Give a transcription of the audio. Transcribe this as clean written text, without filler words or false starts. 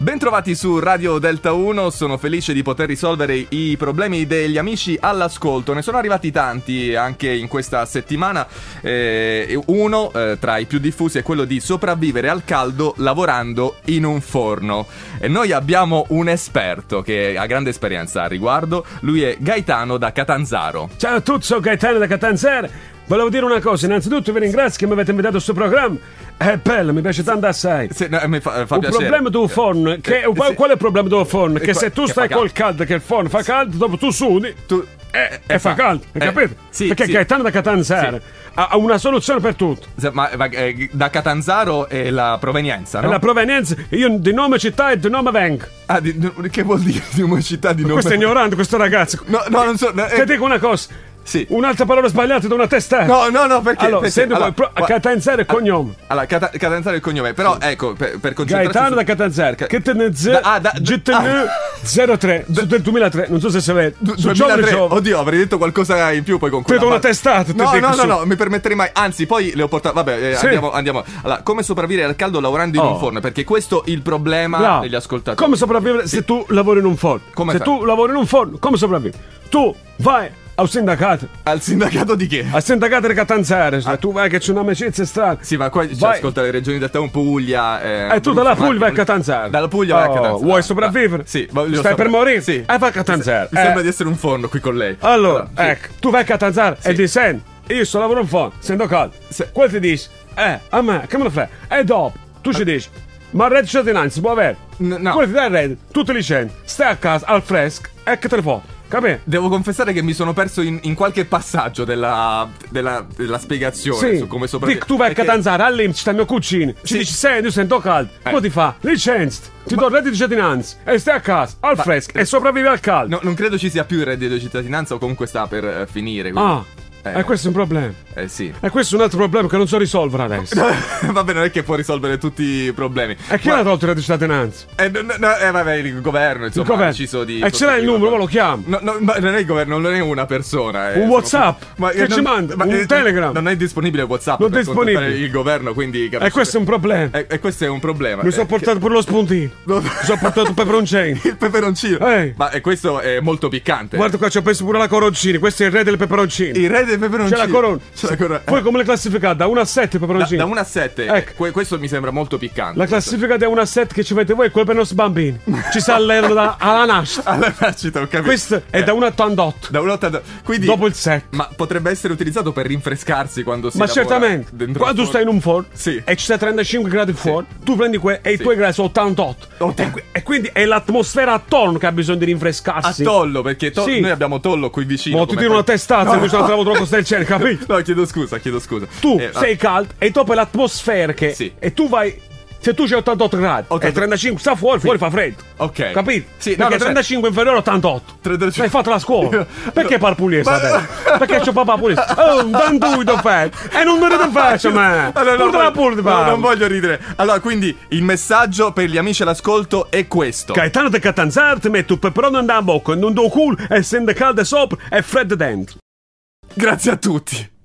Bentrovati su Radio Delta 1, sono felice di poter risolvere i problemi degli amici all'ascolto. Ne sono arrivati tanti anche in questa settimana. Uno tra i più diffusi è quello di sopravvivere al caldo lavorando in un forno. E noi abbiamo un esperto che ha grande esperienza al riguardo. Lui è Gaetano da Catanzaro. Ciao a tutti, sono Gaetano da Catanzaro. Volevo dire una cosa, innanzitutto vi ringrazio che mi avete invitato a questo programma. È bello, mi piace tanto assai. Mi fa il piacere. Problema del forno, qual è il problema del forno? Che se tu stai col caldo, che il forno fa caldo, dopo tu sudi e fa caldo, hai capito? Sì, perché sì. Gaetano da Catanzaro ha una soluzione per tutto. Ma da Catanzaro è la provenienza, no? È la provenienza, io di nome città e di nome vengo. Ah, che vuol dire di una città di nome? Questo è ignorante, questo ragazzo. No, non so. Ti dico una cosa. Sì. Un'altra parola sbagliata da una testata. No, perché? Allora, perché? senti Catanzaro è il cognome. Allora, Catanzaro è il cognome. Però, ecco, per concentrarsi Gaetano da Catanzaro. Che te ne GTN 03 del 2003. Non so se si vede. 2003. Oddio, avrei detto qualcosa in più poi con quella. Ti do una testata. No, mi permetterei mai. Anzi, poi le ho portate. Vabbè, sì. Andiamo. Allora, come sopravvivere al caldo lavorando in un forno? Perché questo è il problema degli ascoltatori. Come sopravvivere se tu lavori in un forno? Tu lavori in un forno, come sopravvivi? Tu vai al sindacato. Al sindacato di che? Al sindacato di Catanzaro. Tu vai che c'è un'amicizia strana. Sì, ma qua ascolta le regioni Delta 1, Puglia. E tu dalla Puglia vai a Catanzaro. Dalla Puglia vai a Catanzaro. Vuoi sopravvivere? Sì. Stai per morire? Sì. Vai a Catanzaro. Mi sembra di essere un forno qui con lei. Allora, ecco, tu vai a Catanzaro e dici: senti, io sto lavorando in forno, sento caldo. Quello ti dice: a me, che me lo fai? E dopo, tu ci dici: ma il reddito di cittadinanza si può avere? No. Quello ti dà il reddito, tu ti licenzi, stai a casa al fresco e che te ne fa? Capì? Devo confessare che mi sono perso in qualche passaggio della spiegazione su come sopravvivere. Tu vai a Catanzaro, all'INPS, sta il mio cucino. Ci dici: senti, io sento caldo. Poi ti fa: licenziati, ti do il reddito di cittadinanza e stai a casa, al fresco, e sopravvivi al caldo. No, non credo ci sia più il reddito di cittadinanza, o comunque sta per finire. E questo è un problema. Sì. E questo è un altro problema che non so risolvere adesso. Vabbè, non è che può risolvere tutti i problemi. E chi ha tolto il reddito di cittadinanza? Vabbè, il governo, insomma, ha deciso di. E ce l'hai il numero, ma lo chiamo. No, non è il governo, non è una persona. Un WhatsApp? Che ci manda? Un Telegram? Non è disponibile WhatsApp. Non è disponibile. Il governo, quindi. E questo è un problema. E questo è un problema. Mi sono portato pure lo spuntino. Mi sono portato il peperoncino. Il peperoncino? Ma questo è molto piccante. Guarda qua, ci ho preso pure la coroncini. Questo è il re del peperoncino. Il re del peperoncino. C'è la corona. Poi come le classificate? Da 1 a 7 peperoncini? Da 1 a 7. Ecco. Questo mi sembra molto piccante. La classifica da 1 a 7 che ci avete voi è quella per i nostri bambini. Ci sta alla nascita. Alla nascita, ho capito. Questo è da 1 a 88. Da 1 a 88. Quindi, dopo il 7. Ma potrebbe essere utilizzato per rinfrescarsi quando si lavora. Ma certamente. Quando tu stai in un forno e ci sta 35 gradi fuori, tu prendi e i tuoi gradi sono 88. E quindi è l'atmosfera attorno che ha bisogno di rinfrescarsi. A Tollo, perché noi abbiamo Tollo qui vicino. Ma ti tiro una testata, mi sono trovato troppo stai cielo, capito? No, chiedo scusa. Tu sei caldo e dopo l'atmosfera che. Sì. E tu vai. Se tu c'hai 88 gradi e 35 sta fuori fa freddo. Ok. Capito? Sì, perché 35 inferiore a 88. 35. Hai fatto la scuola. Perché par pugliese adesso? Perché c'ho papà pugliese. Oh, tanto ti fai. E non mi ride in faccia, ma. Non voglio ridere. Allora, quindi il messaggio per gli amici all'ascolto è questo. Gaetano da Catanzaro ti mette un peperone nella bocca, non do culo e sente caldo sopra e freddo dentro. Grazie a tutti.